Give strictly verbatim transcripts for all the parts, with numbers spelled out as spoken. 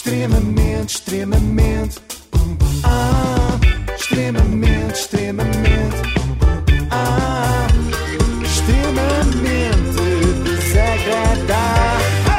Extremamente, extremamente. Ah, extremamente, extremamente. Ah, extremamente desagradável.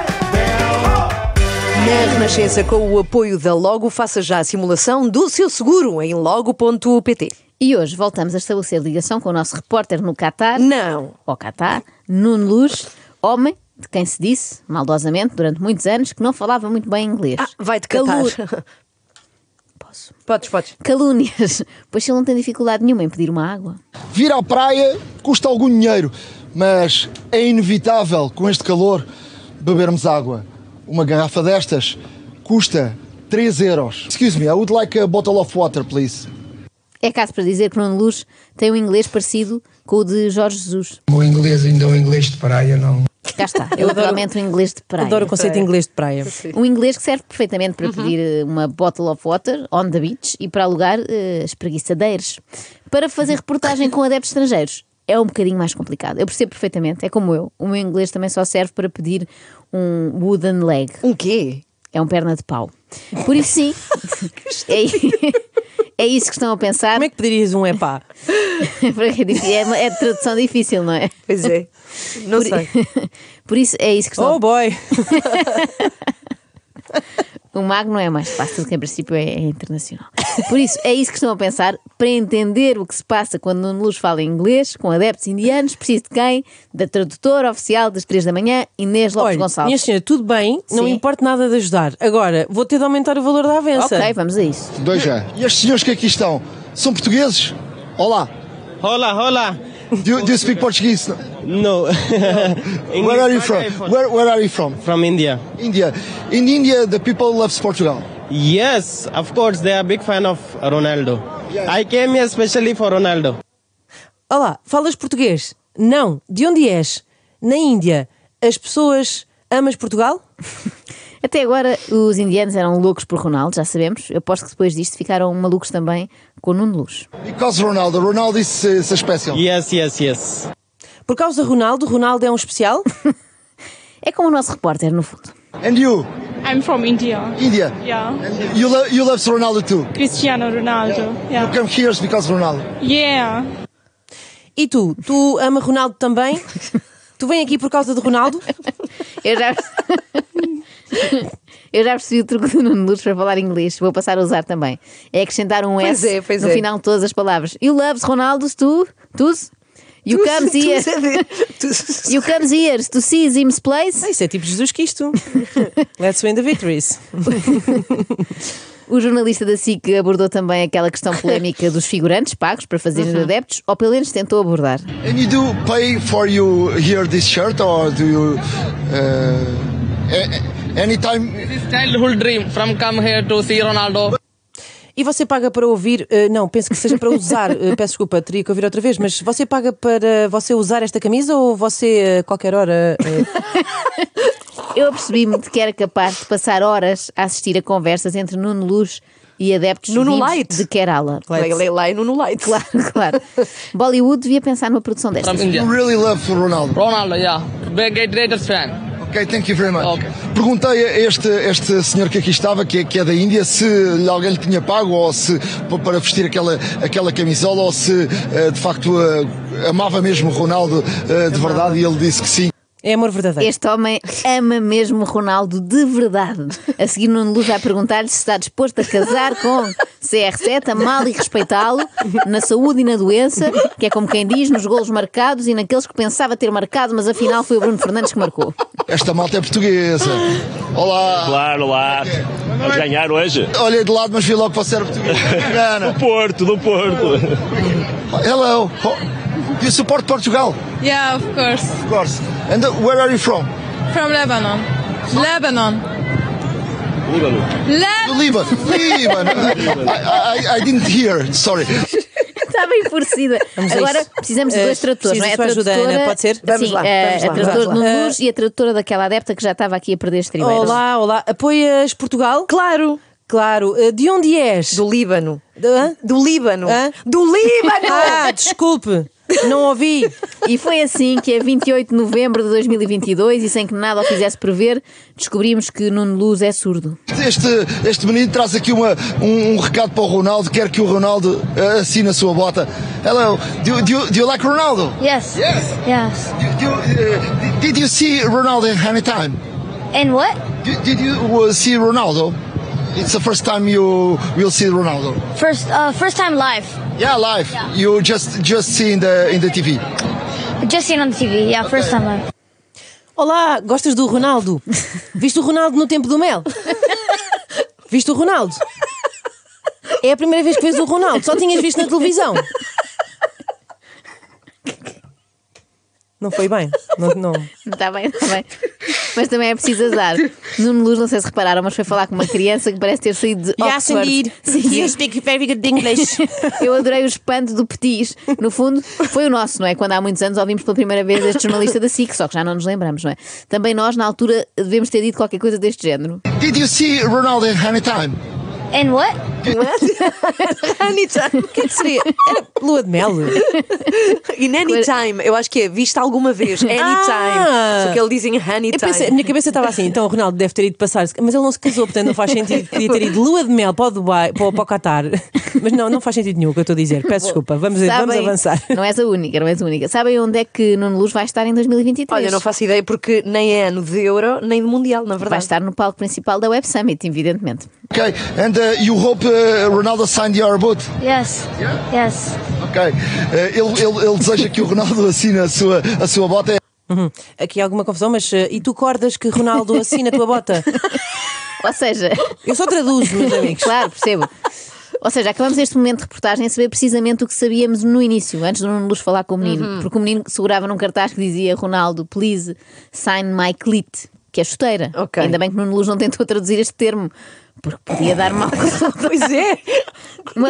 Na Renascença, com o apoio da Logo, faça já a simulação do seu seguro em logo ponto pt. E hoje voltamos a estabelecer ligação com o nosso repórter no Qatar. Não. Ao Qatar, Nuno Luz, homem de quem se disse, maldosamente, durante muitos anos, que não falava muito bem inglês. Ah, vai-te catar. Calu... Posso? Podes, podes. Calúnias, pois ele não tem dificuldade nenhuma em pedir uma água. Vir à praia custa algum dinheiro, mas é inevitável, com este calor, bebermos água. Uma garrafa destas custa três euros. Excuse me, I would like a bottle of water, please. É caso para dizer que Nuno Luz tem um inglês parecido com o de Jorge Jesus. O inglês, ainda o inglês de praia, não. Cá está, é literalmente um inglês de praia. Adoro o conceito de inglês de praia. Um inglês que serve perfeitamente para pedir uma bottle of water on the beach e para alugar uh, espreguiçadeiros. Para fazer reportagem com adeptos estrangeiros é um bocadinho mais complicado. Eu percebo perfeitamente, é como eu. O meu inglês também só serve para pedir um wooden leg. Um quê? É um perna de pau. Por isso sim, é, é isso que estão a pensar. Como é que pedirias um epá? é, é de tradução difícil, não é? Pois é, não Por, sei. Por isso é isso que estão Oh boy! O mago não é mais fácil, que em princípio é, é internacional. Por isso, é isso que estão a pensar. Para entender o que se passa quando Nuno Luz fala inglês, com adeptos indianos, preciso de quem? Da tradutora oficial das três da manhã, Inês Lopes Olha, Gonçalves. minha senhora, tudo bem, não Sim. importa nada de ajudar. Agora, vou ter de aumentar o valor da avença. Ok, vamos a isso. Dois já. E estes senhores que aqui estão, são portugueses? Olá. Hola, hola. Do you, do you speak Portuguese? No. Where are you from? Where, where are you from? From India. India. In India, the people loves Portugal. Yes, of course, they are a big fan of Ronaldo. I came here especially for Ronaldo. Olá, falas português? Não. De onde és? Na Índia. As pessoas... Amas Portugal? Até agora, os indianos eram loucos por Ronaldo, já sabemos. Eu aposto que depois disto ficaram malucos também com Nuno Luz. Because Ronaldo. Ronaldo is, is a special. Yes, yes, yes. Por causa de Ronaldo, Ronaldo é um especial? É como o nosso repórter, no fundo. And you? I'm from India. India. Yeah. You, lo you love Ronaldo too? Cristiano Ronaldo. Yeah. You come here because Ronaldo. Yeah. E tu? Tu ama Ronaldo também? Tu vem aqui por causa de Ronaldo? Eu já... Eu já percebi o truque do Nuno Luz para falar inglês. Vou passar a usar também. É acrescentar um Pois S é, pois no é. final de todas as palavras. You loves Ronaldo, tu? Tu? You Tu- comes tu- here. tu- You comes here to see him's place. Ah, isso é tipo Jesus Cristo. Let's win the victories. O jornalista da S I C abordou também aquela questão polémica dos figurantes pagos para fazerem Uhum. adeptos, ou pelo menos tentou abordar. And you do pay for you here this shirt or do you uh, a- anytime? Childhood dream from come here to see Ronaldo. E você paga para ouvir... uh, não, penso que seja para usar. uh, peço desculpa, teria que ouvir outra vez. Mas você paga para você usar esta camisa ou você, a qualquer hora... uh, Eu apercebi-me de que era capaz de passar horas a assistir a conversas entre Nuno Luz e adeptos Nuno vivos Light. de Kerala. Ele é lá e no Light. Claro, claro. Bollywood devia pensar numa produção destas. From India. You really love Ronaldo. Ronaldo, yeah. Big greatest fan. Ok, thank you very much. Ok. Perguntei a este, este senhor que aqui estava, que é, que é da Índia, se alguém lhe tinha pago ou se para vestir aquela, aquela camisola ou se eh, de facto eh, amava mesmo o Ronaldo eh, de verdade, e ele disse que sim. É amor verdadeiro. Este homem ama mesmo Ronaldo de verdade. A seguir, Nuno Luz vai perguntar-lhe se está disposto a casar com C R sete, amá-lo e respeitá-lo na saúde e na doença, que é como quem diz, nos golos marcados e naqueles que pensava ter marcado, mas afinal foi o Bruno Fernandes que marcou. Esta malta é portuguesa. Olá. Claro, lá. Vamos ganhar hoje. Olhei de lado, mas vi logo que você era português. Do Porto, do Porto. Hello. Oh, you support Portugal? Yeah, of course. Of course. And uh, where are you from? From Lebanon. Lebanon. Líbano. Do Líbano. Líbano. I, I, I didn't hear. Sorry. Estava enfurecida. Vamos a Agora isso. precisamos de Eh, dois tradutores, não é? preciso A da sua ajuda, tradutora- Ana, pode ser? Vamos Sim, lá, a, vamos lá, a tradutora vamos de lá. Nuno Luz e a tradutora daquela adepta que já estava aqui a perder as tribeiras. Olá, olá. Apoias Portugal? Claro. Claro. Uh, de onde és? Do Líbano. De, hã? Do Líbano. Hã? Do Líbano! Ah, desculpe. Não ouvi. E foi assim que a vinte e oito de novembro de dois mil e vinte e dois, e sem que nada o fizesse prever, descobrimos que Nuno Luz é surdo. Este, este menino traz aqui uma, um, um recado para o Ronaldo, quer que o Ronaldo uh, assine a sua bota. Hello, do, do, you, do you like Ronaldo? Yes. Yes. Yes. Do, do, uh, did you see Ronaldo in any time? And what? Did, did you uh, see Ronaldo? It's the first time you will see Ronaldo. First, uh, first time live. Yeah, live. Yeah. You just just see in the in the T V. Just seen on the T V. Yeah, first time live. Olá, gostas do Ronaldo? Viste o Ronaldo no Tempo do Mel? Viste o Ronaldo? É a primeira vez que vês o Ronaldo. Só tinhas visto na televisão. Não foi bem. Não, não. Está bem, está bem. Mas também é preciso azar. Nuno Luz, não sei se repararam, mas foi falar com uma criança que parece ter saído de Yes, Oxford. indeed. Sim. You speak very good English. Eu adorei o espanto do Petis. No fundo, foi o nosso, não é? Quando há muitos anos ouvimos pela primeira vez este jornalista da S I C, só que já não nos lembramos, não é? Também nós, na altura, devemos ter dito qualquer coisa deste género. Did you see Ronaldo in any time? And what? Anytime. O que é que seria? Era lua de mel. In anytime. Eu acho que é vista alguma vez. Anytime. Ah. Só que ele diz em anytime. Eu pensei, a minha cabeça estava assim, então o Ronaldo deve ter ido passar, mas ele não se casou, portanto não faz sentido. Podia ter ido lua de mel para o Dubai, para o, para o Qatar. Mas não, não faz sentido nenhum o que eu estou a dizer. Peço desculpa, vamos, Sabem, vamos avançar. Não és a única, não és a única. Sabem onde é que Nuno Luz vai estar em dois mil e vinte e três? Olha, não faço ideia porque nem é ano de Euro, nem de Mundial, na Vai verdade. estar no palco principal da Web Summit, evidentemente. Okay, and uh, you hope uh, Ronaldo signed your boot? Yes. Yes. Ok. Uh, ele, ele, ele deseja que o Ronaldo assine a sua, a sua bota. Uhum. Aqui há alguma confusão, mas uh, e tu cordas que Ronaldo assina a tua bota? Ou seja... Eu só traduzo, meus amigos. Claro, percebo. Ou seja, acabamos este momento de reportagem a saber precisamente o que sabíamos no início, antes do Nuno Luz falar com o menino. Uhum. Porque o menino segurava num cartaz que dizia: Ronaldo, please sign my clit, que é chuteira. Ok. Ainda bem que o Nuno Luz não tentou traduzir este termo, porque podia dar mal. Pois é. Uma...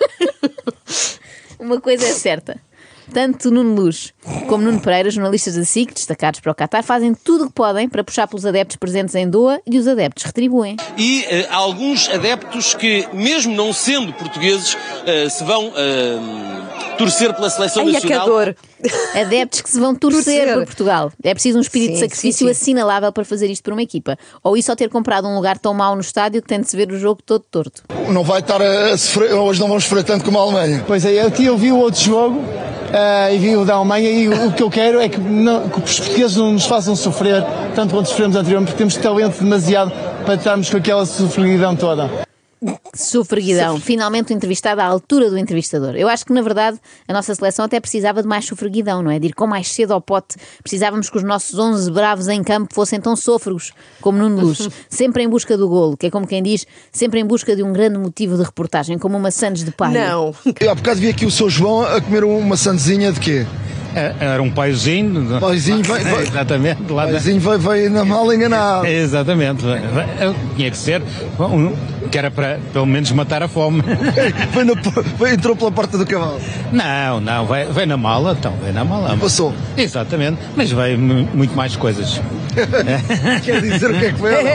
Uma coisa é certa. Tanto Nuno Luz como Nuno Pereira, jornalistas da S I C, destacados para o Qatar, fazem tudo o que podem para puxar pelos adeptos presentes em Doha, e os adeptos retribuem. E uh, há alguns adeptos que, mesmo não sendo portugueses, uh, se vão uh, torcer pela seleção Ai, nacional. que dor. Adeptos que se vão torcer, Torcer. por Portugal. É preciso um espírito Sim, de sacrifício sim, sim. assinalável para fazer isto por uma equipa. Ou isso, ou ter comprado um lugar tão mau no estádio que tem de se ver o jogo todo torto. Não vai estar a sofrer, hoje não vamos sofrer tanto como a Alemanha. Pois é, aqui eu vi o outro jogo uh, e vi o da Alemanha, e o, o que eu quero é que, não, que os portugueses não nos façam sofrer tanto quanto sofremos anteriormente, porque temos talento demasiado para estarmos com aquela sofreguidão toda. Sofreguidão. Finalmente o entrevistado à altura do entrevistador. Eu acho que, na verdade, a nossa seleção até precisava de mais sofreguidão, não é? De ir com mais cedo ao pote. Precisávamos que os nossos onze bravos em campo fossem tão sôfregos como Nuno Luz. Sempre em busca do golo, que é como quem diz, sempre em busca de um grande motivo de reportagem, como uma Sandes de palha. Não. Eu há bocado vi aqui o seu João a comer uma sandezinha de quê? Era um paizinho. Paizinho vai, vai, exatamente. Lá paizinho vai, vai na mala enganado. Exatamente. Tinha que ser. Um, que era para, pelo menos, matar a fome. Foi no, foi, entrou pela porta do cavalo. Não, não. Vai, vai na mala. Então, vai na mala. Passou. Exatamente. Mas veio muito mais coisas. Quer dizer o que é que foi?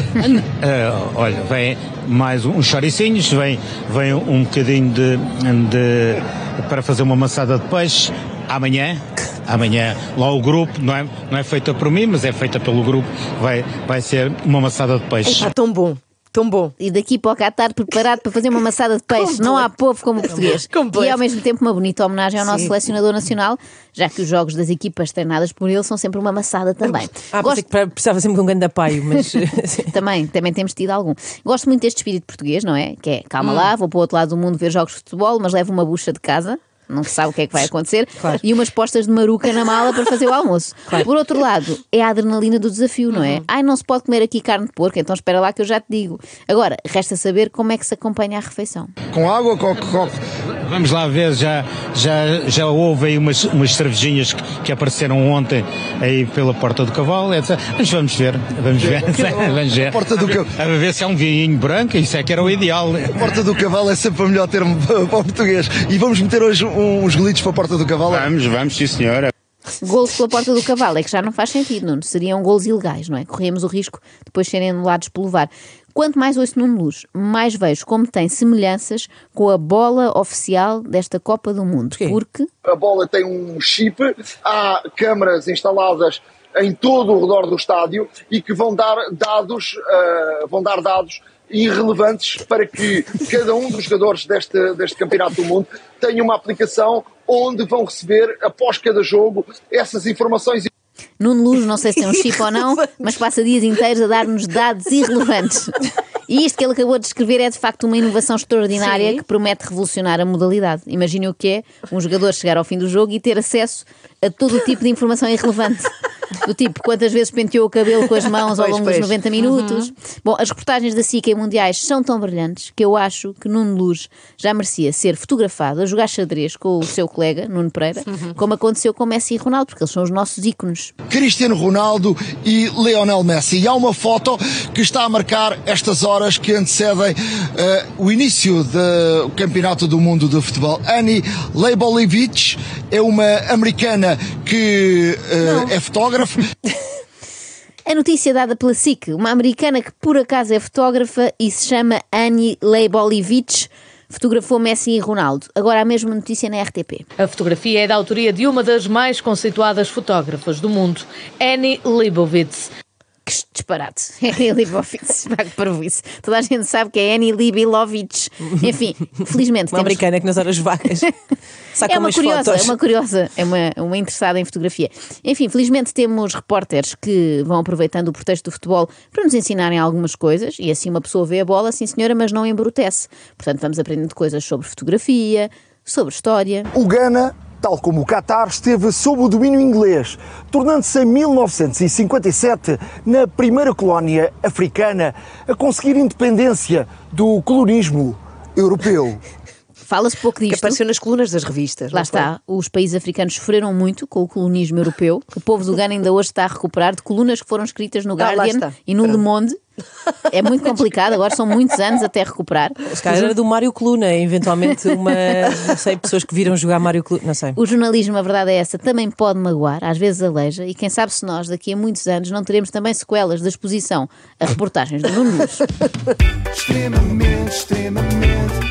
uh, olha, vem mais uns choricinhos, vem, vem um bocadinho de, de... para fazer uma maçada de peixe. Amanhã, amanhã, lá o grupo, não é, não é feita por mim, mas é feita pelo grupo, vai, vai ser uma maçada de peixe. Está tão bom, tão bom. E daqui para o Qatar, preparado para fazer uma maçada de peixe. Completo. Não há povo como o português. Completo. E ao mesmo tempo uma bonita homenagem ao nosso Sim. selecionador nacional, já que os jogos das equipas treinadas por ele são sempre uma maçada também. Ah, Gosto... pensei que precisava sempre de um grande apoio, mas... também, também temos tido algum. Gosto muito deste espírito português, não é? Que é, calma Hum. lá, vou para o outro lado do mundo ver jogos de futebol, mas levo uma bucha de casa. Não se sabe o que é que vai acontecer. Claro. E umas postas de maruca na mala para fazer o almoço. Claro. Por outro lado, é a adrenalina do desafio, não é? Ai, não se pode comer aqui carne de porco, então espera lá que eu já te digo. Agora, resta saber como é que se acompanha a refeição. Com água ou com coco? Vamos lá ver, já, já, já houve aí umas, umas cervejinhas que, que apareceram ontem aí pela Porta do Cavalo, etcétera. Mas vamos ver, vamos ver, vamos ver. Porta do Cavalo. A ver se há um vinho branco, isso é que era o ideal. Porta do Cavalo é sempre o melhor termo para o português. E vamos meter hoje uns golitos para a Porta do Cavalo? Vamos, vamos, sim senhora. Golos pela porta do cavalo, é que já não faz sentido, Nuno. Seriam golos ilegais, não é? Corremos o risco de depois serem anulados pelo V A R. Quanto mais ouço Nuno Luz, mais vejo como tem semelhanças com a bola oficial desta Copa do Mundo. Porquê? Porque A bola tem um chip, há câmaras instaladas em todo o redor do estádio e que vão dar dados, uh, vão dar dados irrelevantes para que cada um dos jogadores deste, deste Campeonato do Mundo tenha uma aplicação onde vão receber, após cada jogo, essas informações. Nuno Luz, não sei se tem um chip ou não, mas passa dias inteiros a dar-nos dados irrelevantes. E isto que ele acabou de descrever é de facto uma inovação extraordinária. Sim. Que promete revolucionar a modalidade. Imagine o que é um jogador chegar ao fim do jogo e ter acesso a todo o tipo de informação irrelevante. Do tipo, quantas vezes penteou o cabelo com as mãos ao Pois, longo pois. dos noventa minutos. Uhum. Bom, as reportagens da S I C em mundiais são tão brilhantes que eu acho que Nuno Luz já merecia ser fotografado a jogar xadrez com o seu colega, Nuno Pereira, uhum. como aconteceu com Messi e Ronaldo, porque eles são os nossos ícones. Cristiano Ronaldo e Lionel Messi. E há uma foto que está a marcar estas horas que antecedem uh, o início do Campeonato do Mundo de Futebol. Annie Leibovitz é uma americana que uh, é fotógrafa. A notícia dada pela S I C, uma americana que por acaso é fotógrafa e se chama Annie Leibovitz, fotografou Messi e Ronaldo. Agora a mesma notícia na R T P. A fotografia é da autoria de uma das mais conceituadas fotógrafas do mundo, Annie Leibovitz. Que disparate. Annie Leibovitz. Vai que parvoíce. Toda a gente sabe que é Annie Leibovitz. Enfim, felizmente uma temos... americana que nas horas vagas saca é uma umas curiosa, fotos. é uma curiosa, é uma, uma interessada em fotografia. Enfim, felizmente temos repórteres que vão aproveitando o pretexto do futebol para nos ensinarem algumas coisas e assim uma pessoa vê a bola, sim senhora, mas não embrutece. Portanto, vamos aprendendo coisas sobre fotografia, sobre história. O Ghana, tal como o Qatar, esteve sob o domínio inglês, tornando-se em mil novecentos e cinquenta e sete na primeira colónia africana a conseguir independência do colonismo europeu. Fala-se pouco disto. Que apareceu nas colunas das revistas. Lá está. Os países africanos sofreram muito com o colonismo europeu. O povo do Ghana ainda hoje está a recuperar de colunas que foram escritas no Ah, lá Guardian está. e no Le Monde. É muito complicado, agora são muitos anos até recuperar. Se calhar era do Mário Coluna, eventualmente uma, não sei, pessoas que viram jogar Mário Coluna, não sei. O jornalismo, a verdade é essa, também pode magoar, às vezes aleija, e quem sabe se nós, daqui a muitos anos, não teremos também sequelas da exposição a reportagens do Nuno Luz. Extremamente, extremamente.